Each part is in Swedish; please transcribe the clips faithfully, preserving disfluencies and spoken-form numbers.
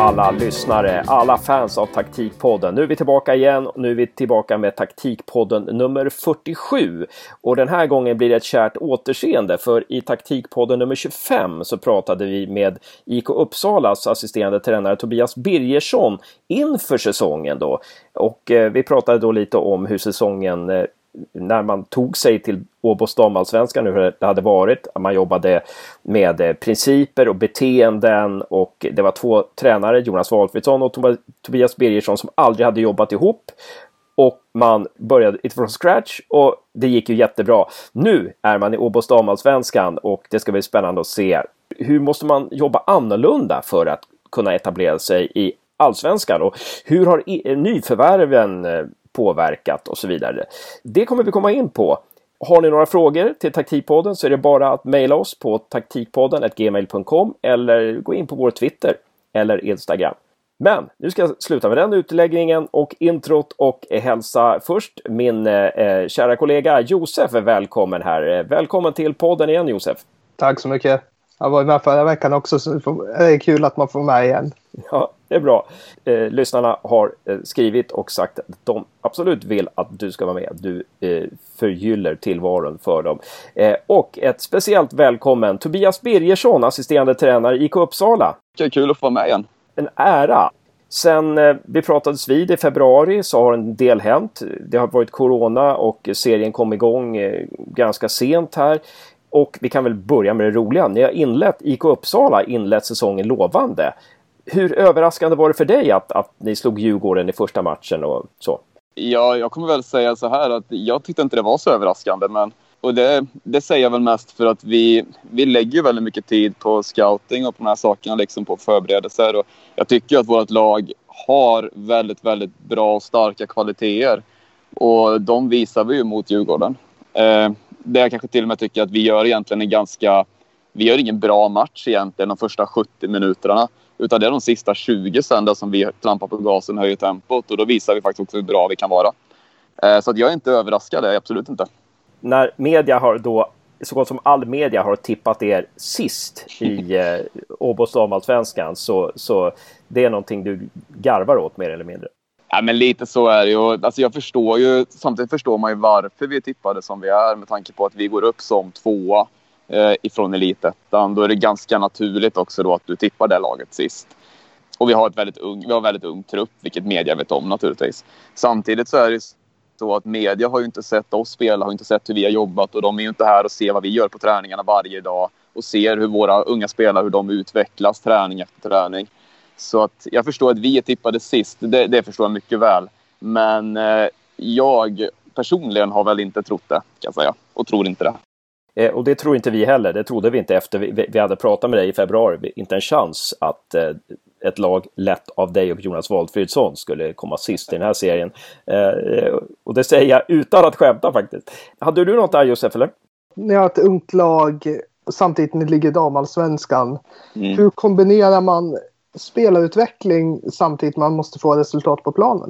alla lyssnare, alla fans av Taktikpodden. Nu är vi tillbaka igen och nu är vi tillbaka med Taktikpodden nummer fyrtiosju. Och den här gången blir det ett kärt återseende, för i Taktikpodden nummer tjugofem så pratade vi med I K Uppsalas assisterande tränare Tobias Birgersson inför säsongen då. Och eh, vi pratade då lite om hur säsongen eh, när man tog sig till Åbos damallsvenskan, hur det hade varit. Man jobbade med principer och beteenden, och det var två tränare, Jonas Walfridsson och Tobias Birgersson, som aldrig hade jobbat ihop. Och man började it from scratch och det gick ju jättebra. Nu är man i Åbos damallsvenskan och det ska bli spännande att se. Hur måste man jobba annorlunda för att kunna etablera sig i allsvenskan? Och hur har nyförvärven påverkat och så vidare? Det kommer vi komma in på. Har ni några frågor till Taktikpodden så är det bara att mejla oss på taktikpodden at gmail punkt com eller gå in på vår Twitter eller Instagram. Men nu ska jag sluta med den utläggningen och introt och hälsa först min eh, kära kollega Josef är välkommen här. Välkommen till podden igen, Josef. Tack så mycket. Jag var med förra veckan också, så det är kul att man får med igen. Ja, det är bra. Eh, lyssnarna har eh, skrivit och sagt att de absolut vill att du ska vara med. Du eh, förgyller tillvaron för dem. Eh, och ett speciellt välkommen Tobias Birgersson, assisterande tränare i I K Uppsala. Det är kul att få vara med igen. En ära. Sen eh, vi pratades vid i februari så har en del hänt. Det har varit corona och serien kom igång eh, ganska sent här. Och vi kan väl börja med det roliga. Ni har inlett, I K Uppsala inlett säsongen lovande. Hur överraskande var det för dig att, att ni slog Djurgården i första matchen och så? Ja, jag kommer väl säga så här att jag tyckte inte det var så överraskande. Men, och det, det säger jag väl mest för att vi, vi lägger väldigt mycket tid på scouting och på de här sakerna, liksom på förberedelser. Och jag tycker att vårt lag har väldigt, väldigt bra och starka kvaliteter. Och de visar vi ju mot Djurgården. Eh, det jag kanske till och med tycker att vi gör egentligen en ganska... Vi gör ingen bra match egentligen de första sjuttio minuterna. Utan det är de sista tjugo sen där som vi trampar på gasen och höjer tempot. Och då visar vi faktiskt också hur bra vi kan vara. Eh, så att jag är inte överraskad, det är absolut inte. När media har då, så gott som all media har tippat er sist i eh, Åbos damallsvenskan, så, så det är någonting du garvar åt mer eller mindre. Ja, men lite så är det ju. Alltså jag förstår ju, samtidigt förstår man ju varför vi är tippade som vi är, med tanke på att vi går upp som tvåa eh, ifrån elitettan. Då är det ganska naturligt också då att du tippar det laget sist. Och vi har ett väldigt ung, vi har en väldigt ung trupp, vilket media vet om naturligtvis. Samtidigt så är det så att media har ju inte sett oss spela, har inte sett hur vi har jobbat, och de är ju inte här och ser vad vi gör på träningarna varje dag och ser hur våra unga spelare, hur de utvecklas träning efter träning. Så att jag förstår att vi är tippade sist, det, det förstår jag mycket väl. Men eh, jag personligen har väl inte trott det, kan jag säga. Och tror inte det. Eh, och det tror inte vi heller, det trodde vi inte efter vi, vi hade pratat med dig i februari. Inte en chans att eh, ett lag lätt av dig och Jonas Walfridsson skulle komma sist i den här serien. Eh, och det säger jag utan att skämta faktiskt. Hade du något där, Josef, eller? Ni har ett ungt lag, samtidigt ni ligger i damallsvenskan. Mm. Hur kombinerar man spelarutveckling samtidigt man måste få resultat på planen?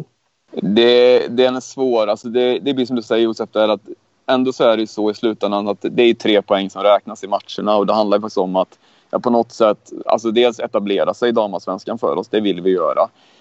Det, det är svår. Alltså det, det blir som du säger, Josef, där att ändå så är det ju så i slutändan att det är tre poäng som räknas i matcherna, och det handlar ju faktiskt om att ja, på något sätt, alltså dels etablera sig i damallsvenskan för oss, det vill vi göra.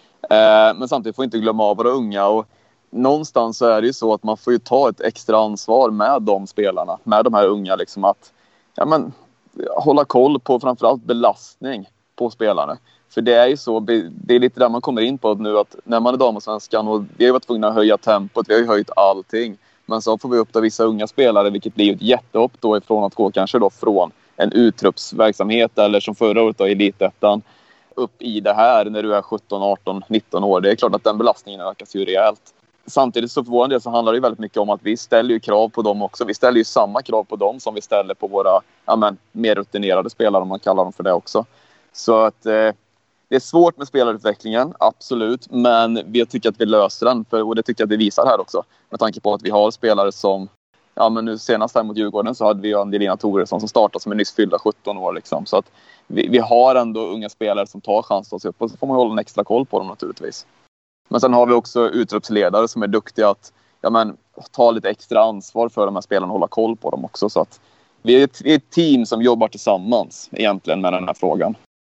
Eh, men samtidigt får vi inte glömma av våra unga, och någonstans så är det ju så att man får ju ta ett extra ansvar med de spelarna, med de här unga, liksom att ja, men, hålla koll på framförallt belastning på spelarna. För det är ju så, det är lite där man kommer in på nu, att när man är damallsvenskan och vi har varit tvungna att höja tempot, vi har ju höjt allting. Men så får vi upp då vissa unga spelare, vilket blir ett jättehopp då ifrån att gå kanske då från en uttruppsverksamhet eller som förra året då i elitettan upp i det här när du är sjutton, arton, nitton år. Det är klart att den belastningen ökas ju rejält. Samtidigt så för vår del så handlar det ju väldigt mycket om att vi ställer ju krav på dem också. Vi ställer ju samma krav på dem som vi ställer på våra ja, men, mer rutinerade spelare, om man kallar dem för det också. Så att eh, det är svårt med spelarutvecklingen, absolut. Men vi tycker att vi löser den, för, och det tycker jag att vi visar här också. Med tanke på att vi har spelare som, ja men nu senast här mot Djurgården så hade vi ju Angelina Thoresson som startade som är nyss fyllda sjutton år liksom. Så att vi, vi har ändå unga spelare som tar chans att ta sig upp, och så får man hålla en extra koll på dem naturligtvis. Men sen har vi också utrupsledare som är duktiga att ja, men, ta lite extra ansvar för de här spelarna och hålla koll på dem också. Så att vi är ett, vi är ett team som jobbar tillsammans egentligen med den här frågan.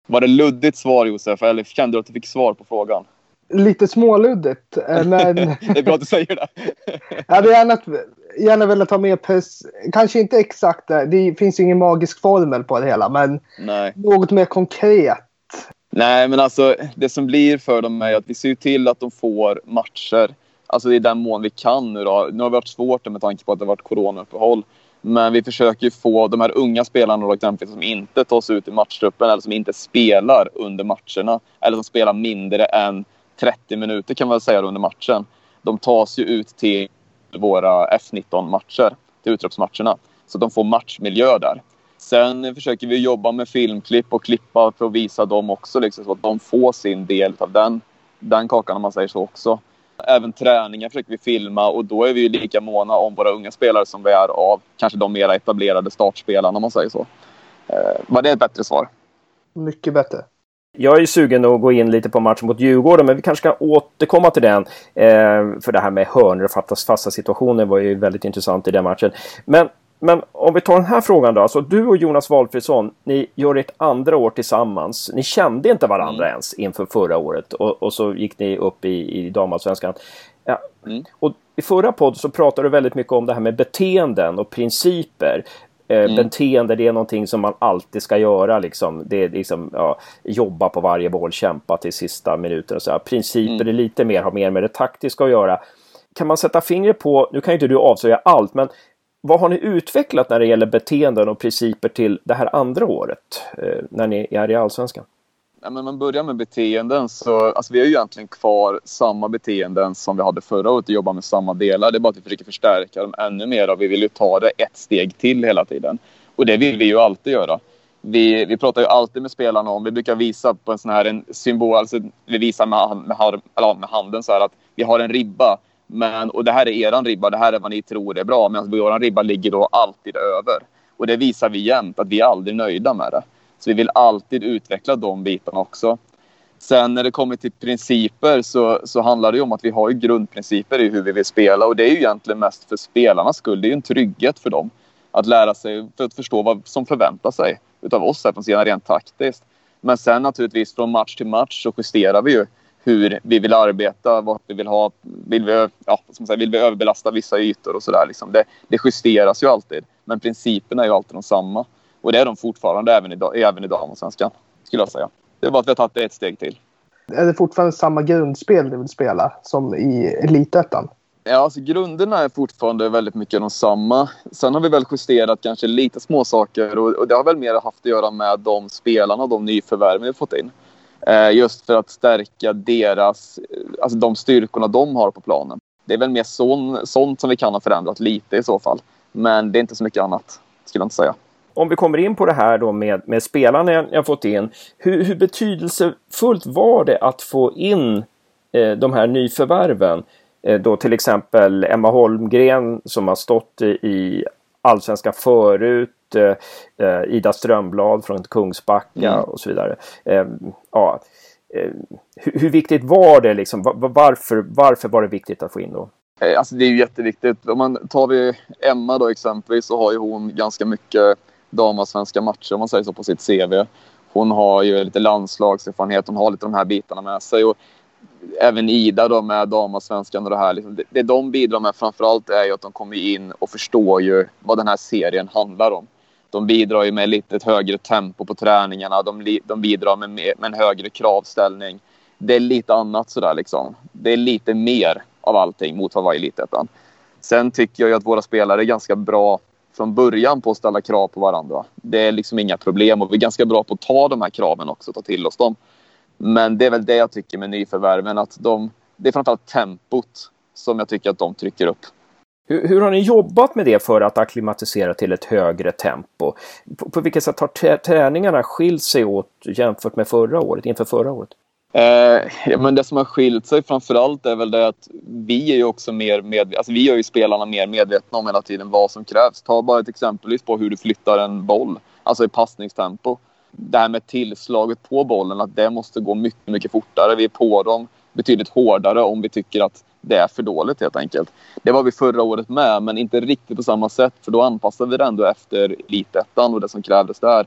Var det luddigt svar, Josef? Eller kände du att du fick svar på frågan? Lite småluddigt. Men... det är bra att du säger det. Jag hade gärna, gärna velat ta med pers... Kanske inte exakt där. Det finns ju ingen magisk formel på det hela. Men Nej. Något mer konkret. Nej, men alltså det som blir för dem är att vi ser till att de får matcher. Alltså i den mån vi kan nu då. Nu har det varit svårt med tanke på att det har varit coronauppehåll. Men vi försöker ju få de här unga spelarna då, exempelvis, som inte tas ut i matchtruppen eller som inte spelar under matcherna. Eller som spelar mindre än trettio minuter kan man säga under matchen. De tas ju ut till våra F nitton-matcher, till utropsmatcherna. Så de får matchmiljö där. Sen försöker vi jobba med filmklipp och klippa för att visa dem också. Liksom, så att de får sin del av den, den kakan om man säger så också. Även träningar försöker vi filma och då är vi ju lika måna om våra unga spelare som vi är av kanske de mera etablerade startspelarna om man säger så. Eh, var det ett bättre svar? Mycket bättre. Jag är ju sugen att gå in lite på matchen mot Djurgården, men vi kanske ska återkomma till den. Eh, för det här med hörnor och fattas fasta situationer var ju väldigt intressant i den matchen. Men, men om vi tar den här frågan då. Alltså, du och Jonas Valfridsson, ni gör ett andra år tillsammans. Ni kände inte varandra mm. ens inför förra året. Och, och så gick ni upp i, i damallsvenskan. Ja. Mm. Och i förra podd så pratade du väldigt mycket om det här med beteenden och principer. Mm. Beteende, det är någonting som man alltid ska göra liksom. Det är liksom, ja, jobba på varje boll, kämpa till sista minuten och så här. Principer mm. är lite mer, har mer med det taktiska att göra. Kan man sätta fingret på, nu kan ju inte du avslöja allt, men vad har ni utvecklat när det gäller beteenden och principer till det här andra året eh, när ni är i Allsvenskan? Ja, men man börjar med beteenden så alltså, vi har ju egentligen kvar samma beteenden som vi hade förra året och jobbar med samma delar. Det är bara att vi försöker förstärka dem ännu mer och vi vill ju ta det ett steg till hela tiden. Och det vill vi ju alltid göra. Vi, vi pratar ju alltid med spelarna om, vi brukar visa på en sån här en symbol, alltså vi visar med, med, eller med handen så här att vi har en ribba. Men, och det här är eran ribba, det här är vad ni tror är bra. Men vår ribba ligger då alltid över. Och det visar vi jämt, att vi är aldrig nöjda med det. Så vi vill alltid utveckla de bitarna också. Sen när det kommer till principer så, så handlar det ju om att vi har ju grundprinciper i hur vi vill spela. Och det är ju egentligen mest för spelarnas skull. Det är ju en trygghet för dem. Att lära sig, för att förstå vad som förväntar sig utav oss här på sidan rent taktiskt. Men sen naturligtvis från match till match så justerar vi ju hur vi vill arbeta, vad vi vill ha, vill vi, ja, som sagt, vill vi överbelasta vissa ytor och sådär. Liksom. Det, det justeras ju alltid, men principerna är ju alltid de samma. Och det är de fortfarande även idag, även idag om svenskan, skulle jag säga. Det är bara att vi har tagit det ett steg till. Är det fortfarande samma grundspel du vill spela som i Elitettan? Ja, alltså grunderna är fortfarande väldigt mycket de samma. Sen har vi väl justerat kanske lite små saker och, och det har väl mer haft att göra med de spelarna och de nyförvärven vi har fått in. Just för att stärka deras, alltså de styrkorna de har på planen. Det är väl mer sån, sånt som vi kan ha förändrat lite i så fall. Men det är inte så mycket annat, skulle jag inte säga. Om vi kommer in på det här då med, med spelarna jag, jag fått in. Hur, hur betydelsefullt var det att få in eh, de här nyförvärven? Eh, då till exempel Emma Holmgren som har stått i, i Allsvenskan förut. Eh, Ida Strömblad från Kungsbacka mm. och så vidare. Eh, ja, eh, hur, hur viktigt var det liksom? Var, varför, varför var det viktigt att få in då? Eh, alltså det är ju jätteviktigt. Om man tar vi Emma då exempelvis så har ju hon ganska mycket damallsvenska matcher om man säger så på sitt C V. Hon har ju lite landslagserfarenhet, hon har lite de här bitarna med sig och även Ida då med damallsvenskan och det här. Liksom, det, det de bidrar med framförallt är ju att de kommer in och förstår ju vad den här serien handlar om. De bidrar ju med lite ett högre tempo på träningarna. De, de bidrar med, med en högre kravställning. Det är lite annat sådär liksom. Det är lite mer av allting mot vad var i Elitettan. Sen tycker jag ju att våra spelare är ganska bra från början på att ställa krav på varandra. Det är liksom inga problem och vi är ganska bra på att ta de här kraven också och ta till oss dem. Men det är väl det jag tycker med nyförvärven att de, det är framförallt tempot som jag tycker att de trycker upp. Hur, hur har ni jobbat med det för att akklimatisera till ett högre tempo? På, på vilket sätt har t- träningarna skilt sig åt jämfört med förra året, inför förra året? Eh, ja, men det som har skilt sig framförallt är väl det att vi är ju också mer medvetna, alltså vi gör ju spelarna mer medvetna om hela tiden vad som krävs. Ta bara ett exempel på hur du flyttar en boll, alltså i passningstempo. Det här med tillslaget på bollen, att det måste gå mycket, mycket fortare. Vi är på dem betydligt hårdare om vi tycker att det är för dåligt helt enkelt. Det var vi förra året med, men inte riktigt på samma sätt. För då anpassade vi det ändå efter Elitettan och det som krävdes där.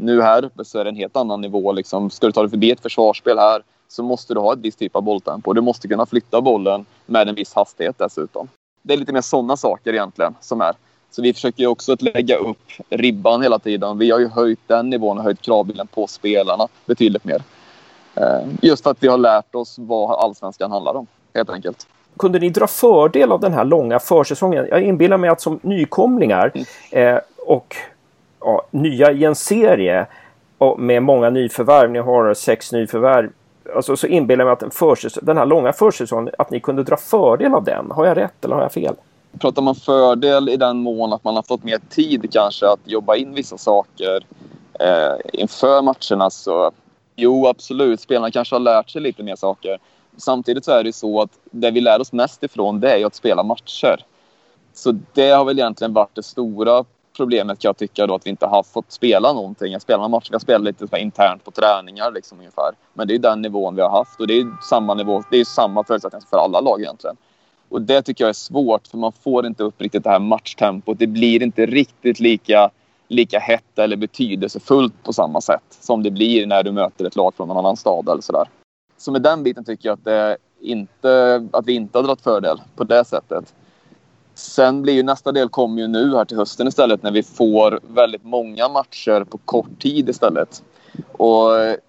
Nu här uppe så är det en helt annan nivå. Liksom. Ska du ta dig förbi ett försvarsspel här så måste du ha ett visst typ av bolltempo. Du måste kunna flytta bollen med en viss hastighet dessutom. Det är lite mer sådana saker egentligen som är. Så vi försöker ju också att lägga upp ribban hela tiden. Vi har ju höjt den nivån och höjt kravbilden på spelarna betydligt mer. Just för att vi har lärt oss vad allsvenskan handlar om, helt enkelt. Kunde ni dra fördel av den här långa försäsongen? Jag inbillar mig att som nykomlingar mm. eh, och ja, nya i en serie och med många nyförvärv, ni har sex nyförvärv, alltså, så inbillar jag mig att en försäs- den här långa försäsongen, att ni kunde dra fördel av den. Har jag rätt eller har jag fel? Pratar man fördel i den mån att man har fått mer tid kanske att jobba in vissa saker eh, inför matcherna, så jo, absolut. Spelarna kanske har lärt sig lite mer saker. Samtidigt så är det så att det vi lär oss mest ifrån, det är att spela matcher. Så det har väl egentligen varit det stora problemet, kan jag tycka då, att vi inte har fått spela någonting. Jag spelar matcher, vi har spelat lite så internt på träningar liksom ungefär. Men det är den nivån vi har haft och det är samma nivå, det är samma förutsättningar för alla lag egentligen. Och det tycker jag är svårt, för man får inte upp riktigt det här matchtempot. Det blir inte riktigt lika, lika hett eller betydelsefullt på samma sätt som det blir när du möter ett lag från en annan stad eller sådär. Så med den biten tycker jag att, det inte, att vi inte har dragit fördel på det sättet. Sen blir ju nästa del kommer ju nu här till hösten istället, när vi får väldigt många matcher på kort tid istället. Och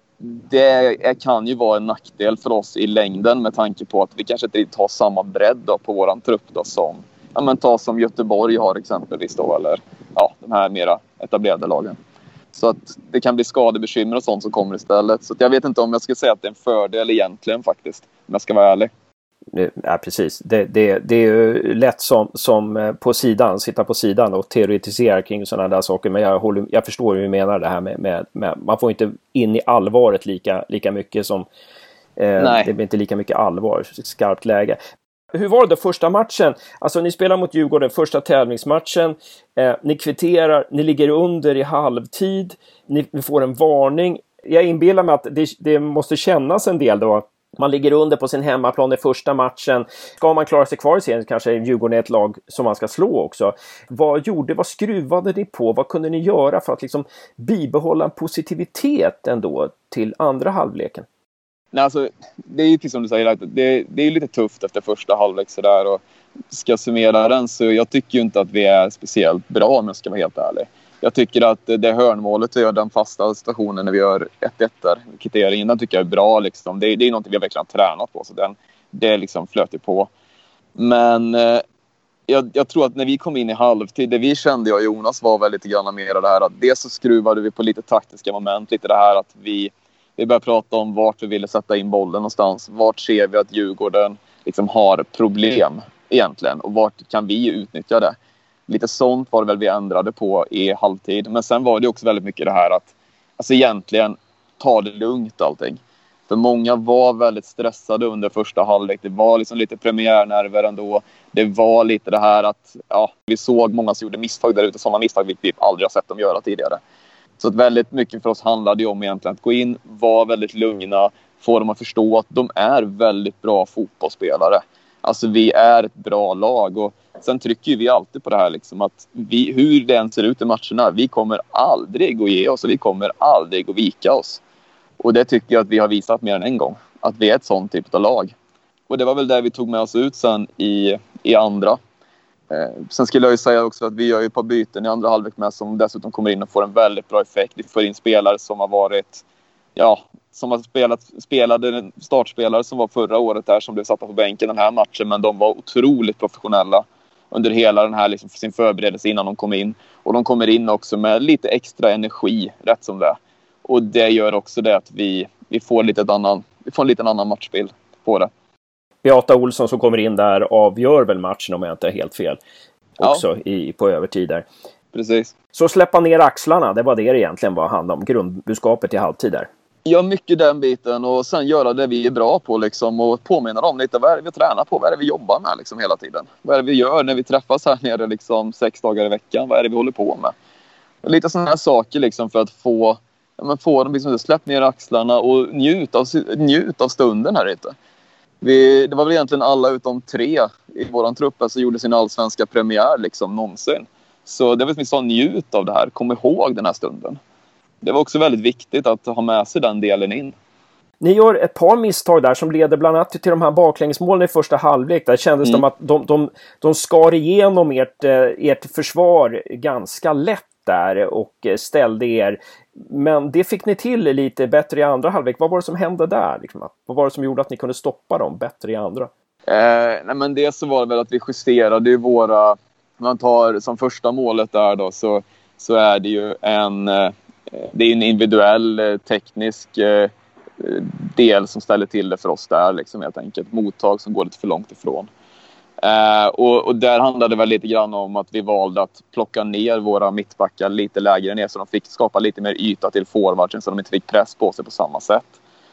det kan ju vara en nackdel för oss i längden med tanke på att vi kanske inte har samma bredd då på våran trupp då som, ja men ta som Göteborg har exempelvis då, eller ja, de här mera etablerade lagen. Så att det kan bli skadebekymmer och sånt som kommer istället. Så att jag vet inte om jag ska säga att det är en fördel egentligen faktiskt, om jag ska vara ärlig. Ja, precis. Det, det, det är ju lätt som, som på sidan, sitta på sidan och teoretisera kring sådana där saker. Men jag, håller, jag förstår hur du menar det här med, med, med man får inte in i allvaret lika, lika mycket som eh, det blir inte lika mycket allvar, skarpt läge. Hur var det då första matchen? Alltså ni spelar mot Djurgården, första tävlingsmatchen. Eh, ni kvitterar, ni ligger under i halvtid. Ni, ni får en varning. Jag inbillar mig att det, det måste kännas en del då. Man ligger under på sin hemmaplan i första matchen. Ska man klara sig kvar i serien kanske Djurgården är ett lag som man ska slå också. Vad gjorde, vad skruvade ni på? Vad kunde ni göra för att liksom bibehålla en positivitet ändå till andra halvleken? Nej, alltså, det är ju precis som du säger, det, det är lite tufft efter första halvlek sådär, och ska jag summera den så jag tycker ju inte att vi är speciellt bra om jag ska vara helt ärlig. Jag tycker att det hörnmålet vi gör, den fasta situationen när vi gör ett ett där, kvitteringen, den tycker jag är bra liksom. Det, det är något vi har verkligen tränat på, så den, det liksom flöt på. Men eh, jag, jag tror att när vi kom in i halvtid, det vi kände, jag och Jonas, var väl lite grann mer av det här att dels så skruvade vi på lite taktiska moment, lite det här att vi Vi började prata om vart vi ville sätta in bollen någonstans. Vart ser vi att Djurgården liksom har problem egentligen? Och vart kan vi utnyttja det? Lite sånt var det väl vi ändrade på i halvtid. Men sen var det också väldigt mycket det här att alltså egentligen ta det lugnt allting. För många var väldigt stressade under första halvlek. Det var liksom lite premiärnerver ändå. Det var lite det här att ja, vi såg många som gjorde misstag där ute. Sådana misstag vi aldrig har sett dem göra tidigare. Så att väldigt mycket för oss handlade ju om egentligen att gå in, vara väldigt lugna, få dem att förstå att de är väldigt bra fotbollsspelare. Alltså vi är ett bra lag, och sen trycker vi alltid på det här liksom att vi, hur det än ser ut i matcherna, vi kommer aldrig att ge oss och vi kommer aldrig att vika oss. Och det tycker jag att vi har visat mer än en gång, att vi är ett sånt typ av lag. Och det var väl där vi tog med oss ut sen i, i andra. Eh, sen skulle jag ju säga också att vi gör ju ett par byten i andra halvlek med som dessutom kommer in och får en väldigt bra effekt. Vi får in spelare som har varit, ja, som har spelat, spelade startspelare som var förra året där som blev satta på bänken den här matchen, men de var otroligt professionella under hela den här liksom, sin förberedelse innan de kom in. Och de kommer in också med lite extra energi, rätt som det. Och det gör också det att vi, vi får lite ett annan, vi får en liten annan matchbild på det. Beata Olsson som kommer in där avgör väl matchen om jag inte är helt fel. Också ja. i, på övertid där. Precis. Så släppa ner axlarna, det var det egentligen var handlade om. Grundbudskapet i halvtid där. Ja, mycket den biten, och sen göra det vi är bra på liksom, och påminna om lite vad är det vi tränar på, vad är det vi jobbar med liksom, hela tiden. Vad är det vi gör när vi träffas här nere liksom, sex dagar i veckan, vad är det vi håller på med. Och lite sådana här saker liksom, för att få, ja, men få dem liksom, släpp ner axlarna och njut av, njut av stunden här ute. Vi, det var väl egentligen alla utom tre i våran trupp som gjorde sin allsvenska premiär liksom, någonsin. Så det var som vi sa, njut av det här, kom ihåg den här stunden. det var också väldigt viktigt att ha med sig den delen in. Ni gör ett par misstag där som leder bland annat till de här baklängsmålen i första halvlek. Där kändes mm. det som att de, de, de skar igenom ert, ert försvar ganska lätt där och ställde er. Men det fick ni till lite bättre i andra halvlek. Vad var det som hände där? Liksom? Vad var det som gjorde att ni kunde stoppa dem bättre i andra? Eh, nej men det så var det väl att vi justerade ju våra... Om man tar som första målet där då så, så är det ju en... Det är en individuell teknisk del som ställer till det för oss där liksom, helt enkelt. Mottag som går lite för långt ifrån. Eh, och, och där handlade det väl lite grann om att vi valde att plocka ner våra mittbackar lite lägre ner så de fick skapa lite mer yta till forwarden så de inte fick press på sig på samma sätt.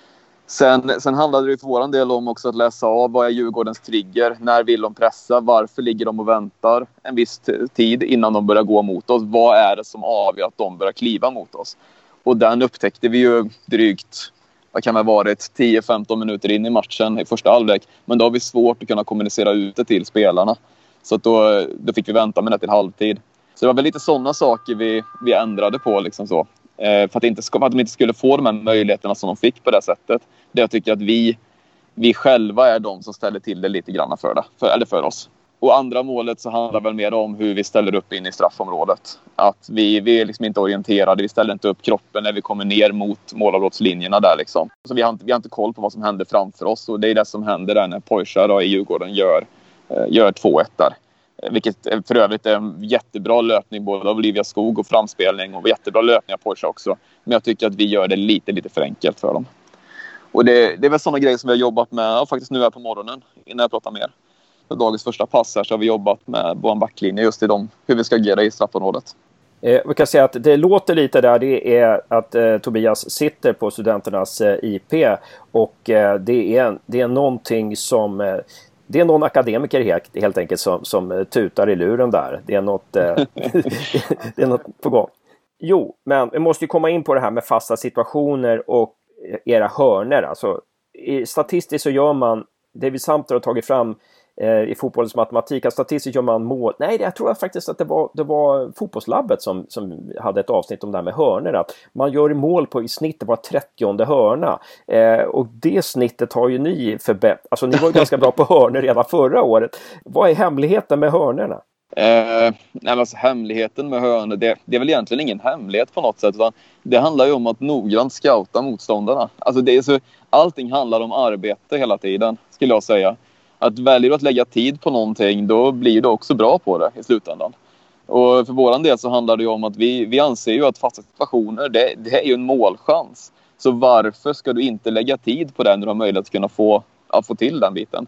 Sen, sen handlade det för våran del om också att läsa av vad är Djurgårdens trigger, när vill de pressa, varför ligger de och väntar en viss tid innan de börjar gå mot oss, vad är det som avgör att de börjar kliva mot oss. Och den upptäckte vi ju drygt, vad kan det ha varit, tio femton minuter in i matchen i första halvlek. Men då har vi svårt att kunna kommunicera ut det till spelarna. Så att då, då fick vi vänta med det till halvtid. Så det var väl lite sådana saker vi, vi ändrade på. Liksom så. Eh, för, att inte, för att de inte skulle få de här möjligheterna som de fick på det sättet. Det jag tycker att vi, vi själva är de som ställer till det lite grann för, det, för, eller för oss. Och andra målet så handlar väl mer om hur vi ställer upp in i straffområdet. Att vi, vi är liksom inte orienterade, vi ställer inte upp kroppen när vi kommer ner mot målområdeslinjerna där liksom. Så vi har, inte, vi har inte koll på vad som händer framför oss. Och det är det som händer där när Porsche i Djurgården gör, gör två ett där. Vilket för övrigt är en jättebra löpning både av Olivia Skog och framspelning. Och jättebra löpning av Porsche också. Men jag tycker att vi gör det lite, lite för enkelt för dem. Och det, det är väl sådana grejer som vi har jobbat med faktiskt nu här på morgonen innan jag pratar mer. För dagens första pass här så har vi jobbat med vår backlinje just i dem, hur vi ska agera i straffområdet. Eh, vi kan säga att det låter lite där, det är att eh, Tobias sitter på studenternas eh, I P och eh, det, är, det är någonting som... Eh, det är någon akademiker helt, helt enkelt som, som tutar i luren där. Det är något, eh, det är något på gång. Jo, men vi måste ju komma in på det här med fasta situationer och era hörner. Alltså, i, statistiskt så gör man, David Samter har tagit fram eh, i fotbollens matematik, att statistiskt gör man mål. Nej, jag tror faktiskt att det var, det var fotbollslabbet som, som hade ett avsnitt om det här med hörner. Att man gör mål på i snitt det var trettionde hörna. Eh, och det snittet har ju ni förbättrat. Alltså ni var ju ganska bra på hörner redan förra året. Vad är hemligheten med hörnerna? Eh, nej, alltså, hemligheten med hörnor, det, det är väl egentligen ingen hemlighet på något sätt. Utan det handlar ju om att noggrant scouta motståndarna. Alltså det är så, allting handlar om arbete hela tiden, skulle jag säga. Att väljer du att lägga tid på någonting, då blir du också bra på det i slutändan. Och för våran del så handlar det ju om att vi, vi anser ju att fasta situationer, det, det är ju en målchans. Så varför ska du inte lägga tid på det när du har möjlighet att kunna få, att få till den biten?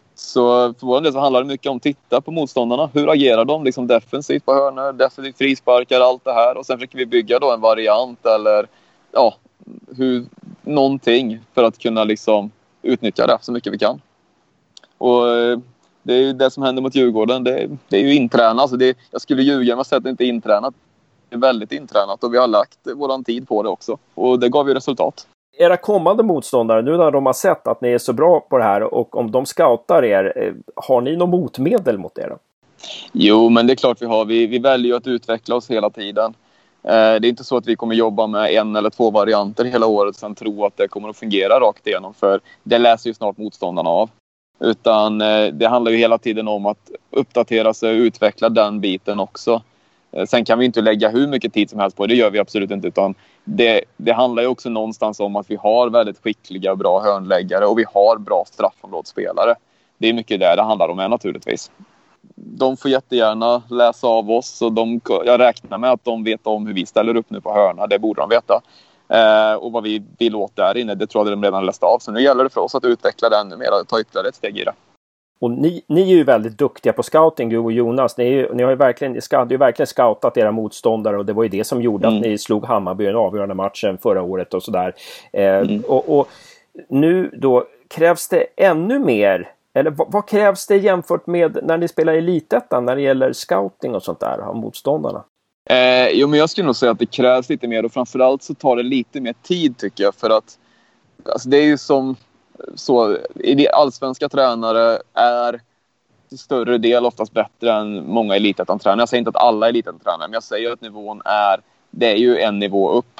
Så för vår del så handlar det mycket om att titta på motståndarna. Hur agerar de liksom defensivt på hörnor, defensivt frisparkar, allt det här. Och sen försöker vi bygga då en variant eller ja, hur, någonting för att kunna liksom utnyttja det så mycket vi kan. Och det är ju det som händer mot Djurgården. Det, det är ju intränat. Alltså det, jag skulle ljuga med att säga att det inte är intränat. Det är väldigt intränat och vi har lagt våran tid på det också. Och det gav ju resultat. Era kommande motståndare, nu när de har sett att ni är så bra på det här och om de scoutar er, har ni något motmedel mot er då? Jo, men det är klart vi har. Vi, vi väljer ju att utveckla oss hela tiden. Eh, det är inte så att vi kommer jobba med en eller två varianter hela året sen tro att det kommer att fungera rakt igenom. För det läser ju snart motståndarna av. Utan eh, det handlar ju hela tiden om att uppdatera sig och utveckla den biten också. Eh, sen kan vi inte lägga hur mycket tid som helst på det. Det gör vi absolut inte. Utan det, det handlar ju också någonstans om att vi har väldigt skickliga och bra hörnläggare. Och vi har bra straffområdesspelare. Det är mycket där det handlar om, naturligtvis. De får jättegärna läsa av oss. Och de, jag räknar med att de vet om hur vi ställer upp nu på hörna. Det borde de veta. Eh, och vad vi vill åt där inne, det tror jag de redan läst av. Så nu gäller det för oss att utveckla det ännu mer och ta ytterligare ett steg i det. Och ni, ni är ju väldigt duktiga på scouting, du och Jonas. Ni, är ju, ni har ju verkligen, ni har ju verkligen scoutat era motståndare och det var ju det som gjorde mm. att ni slog Hammarby i den avgörande matchen förra året och sådär. Eh, mm. och, och nu då, krävs det ännu mer, eller vad, vad krävs det jämfört med när ni spelar i Elitettan när det gäller scouting och sånt där av motståndarna? Eh, jo, men jag skulle nog säga att det krävs lite mer och framförallt så tar det lite mer tid, tycker jag, för att alltså, det är ju som så, allsvenska tränare är till större del oftast bättre än många elitettan-tränare. Jag säger inte att alla elitettan-tränare, men jag säger att nivån är, det är ju en nivå upp.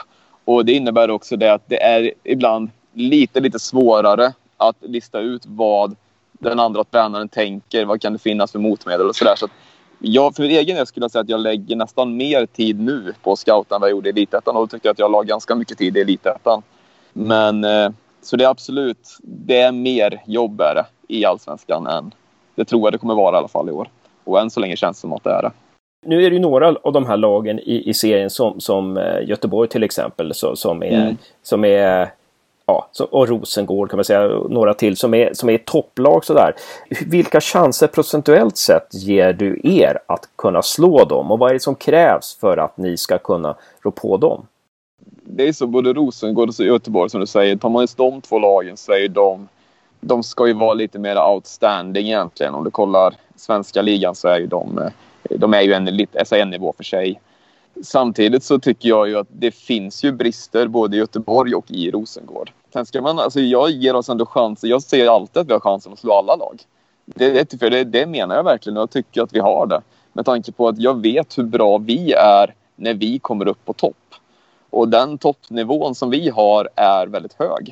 Och det innebär också det att det är ibland lite, lite svårare att lista ut vad den andra tränaren tänker. Vad kan det finnas för motmedel och sådär. Så att jag, för min egen del skulle jag säga att jag lägger nästan mer tid nu på scouten än vad jag gjorde i Elitettan. Och då tyckte jag att jag la ganska mycket tid i Elitettan. Men så det är absolut, det är mer jobb är det i Allsvenskan än det tror jag det kommer vara i alla fall i år. Och än så länge känns det som att det är det. Nu är det ju några av de här lagen i, i serien som, som Göteborg till exempel så, som är, mm. som är ja, så, och Rosengård kan man säga, några till som är, som är topplag sådär. Vilka chanser procentuellt sett ger du er att kunna slå dem? Och vad är det som krävs för att ni ska kunna rå på dem? Det är så, både Rosengård och Göteborg som du säger, tar man just de två lagen så är de, de ska ju vara lite mer outstanding egentligen. Om du kollar svenska ligan så är ju de, de är ju en, lite, alltså en nivå för sig. Samtidigt så tycker jag ju att det finns ju brister både i Göteborg och i Rosengård. Sen ska man, alltså jag ger oss ändå chansen, jag säger alltid att vi har chansen att slå alla lag. Det, det, för det, det menar jag verkligen och jag tycker att vi har det. Med tanke på att jag vet hur bra vi är när vi kommer upp på topp. Och den toppnivån som vi har är väldigt hög.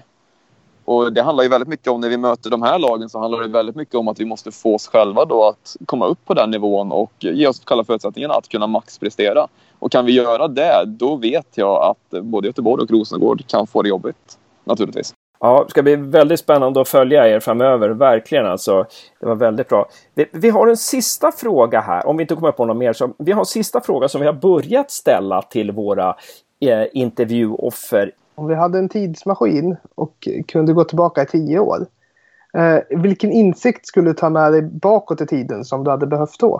Och det handlar ju väldigt mycket om när vi möter de här lagen så handlar det väldigt mycket om att vi måste få oss själva då att komma upp på den nivån och ge oss kalla förutsättningarna att kunna maxprestera. Och kan vi göra det, då vet jag att både Göteborg och Rosengård kan få det jobbigt, naturligtvis. Ja, det ska bli väldigt spännande att följa er framöver, verkligen alltså. Det var väldigt bra. Vi, vi har en sista fråga här, om vi inte kommer på någon mer. Så vi har en sista fråga som vi har börjat ställa till våra eh, intervjuoffer. Om vi hade en tidsmaskin och kunde gå tillbaka i tio år, eh, vilken insikt skulle du ta med dig bakåt i tiden som du hade behövt då?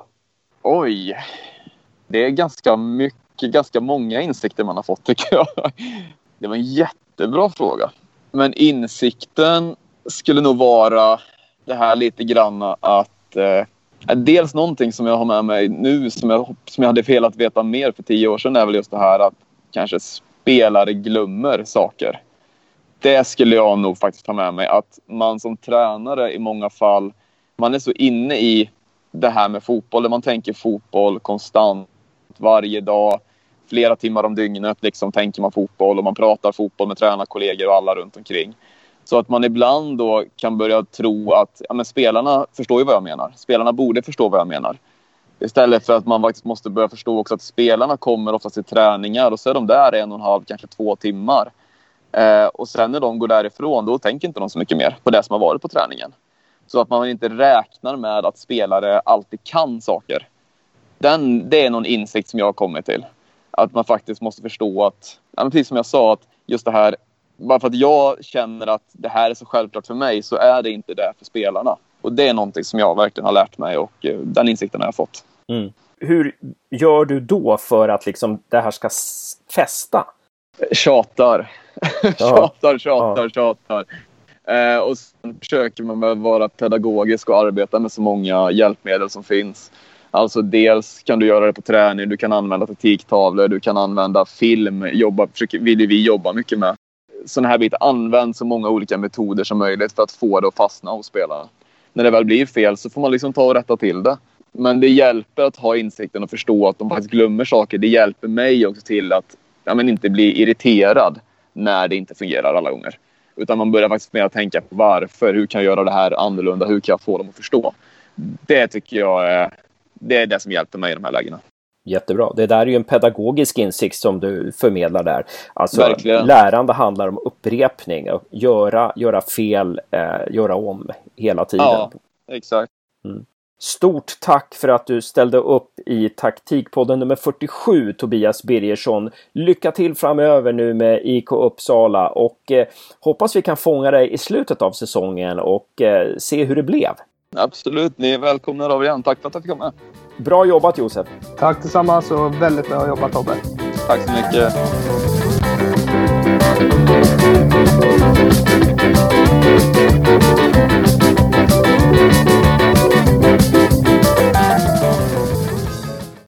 Oj, det är ganska mycket, ganska många insikter man har fått tycker jag. Det var en jättebra fråga. Men insikten skulle nog vara det här lite grann att eh, dels någonting som jag har med mig nu som jag, som jag hade velat veta mer för tio år sedan är väl just det här att kanske spelare glömmer saker. Det skulle jag nog faktiskt ta med mig. Att man som tränare i många fall, man är så inne i det här med fotboll. Där man tänker fotboll konstant varje dag. Flera timmar om dygnet liksom tänker man fotboll och man pratar fotboll med tränarkollegor och alla runt omkring. Så att man ibland då kan börja tro att ja, men spelarna förstår ju vad jag menar. Spelarna borde förstå vad jag menar. Istället för att man faktiskt måste börja förstå också att spelarna kommer ofta till träningar och så är de där en och en halv, kanske två timmar. Eh, och sen när de går därifrån då tänker inte de så mycket mer på det som har varit på träningen. Så att man inte räknar med att spelare alltid kan saker. Den, det är någon insikt som jag har kommit till. Att man faktiskt måste förstå att, ja, precis som jag sa, att just det här, bara för att jag känner att det här är så självklart för mig så är det inte det för spelarna. Och det är någonting som jag verkligen har lärt mig och den insikten har jag fått. Mm. Hur gör du då för att liksom det här ska fästa? Tjatar. Ja. tjatar, tjatar, ja. tjatar. Eh, och sen försöker man vara pedagogisk och arbeta med så många hjälpmedel som finns. Alltså dels kan du göra det på träning, du kan använda taktiktavlor, du kan använda film, jobba, försöker, vill vi jobba mycket med. Sådana här bitar, använd så många olika metoder som möjligt för att få det att fastna hos spelarna. När det väl blir fel så får man liksom ta och rätta till det. Men det hjälper att ha insikten och förstå att de faktiskt glömmer saker. Det hjälper mig också till att ja, men inte bli irriterad när det inte fungerar alla gånger. Utan man börjar faktiskt med att tänka på varför, hur kan jag göra det här annorlunda, hur kan jag få dem att förstå. Det tycker jag är, det är det som hjälper mig i de här lägena. Jättebra. Det där är ju en pedagogisk insikt som du förmedlar där. Alltså verkligen. Lärande handlar om upprepning. Göra, göra fel, eh, göra om hela tiden. Ja, exakt. Mm. Stort tack för att du ställde upp i taktikpodden nummer fyrtiosju, Tobias Birgersson. Lycka till framöver nu med I K Uppsala och eh, hoppas vi kan fånga dig i slutet av säsongen och eh, se hur det blev. Absolut, ni är välkomna av igen. Tack för att jag fick komma med. Bra jobbat Josef. Tack tillsammans och väldigt bra jobbat Tobbe. Tack så mycket.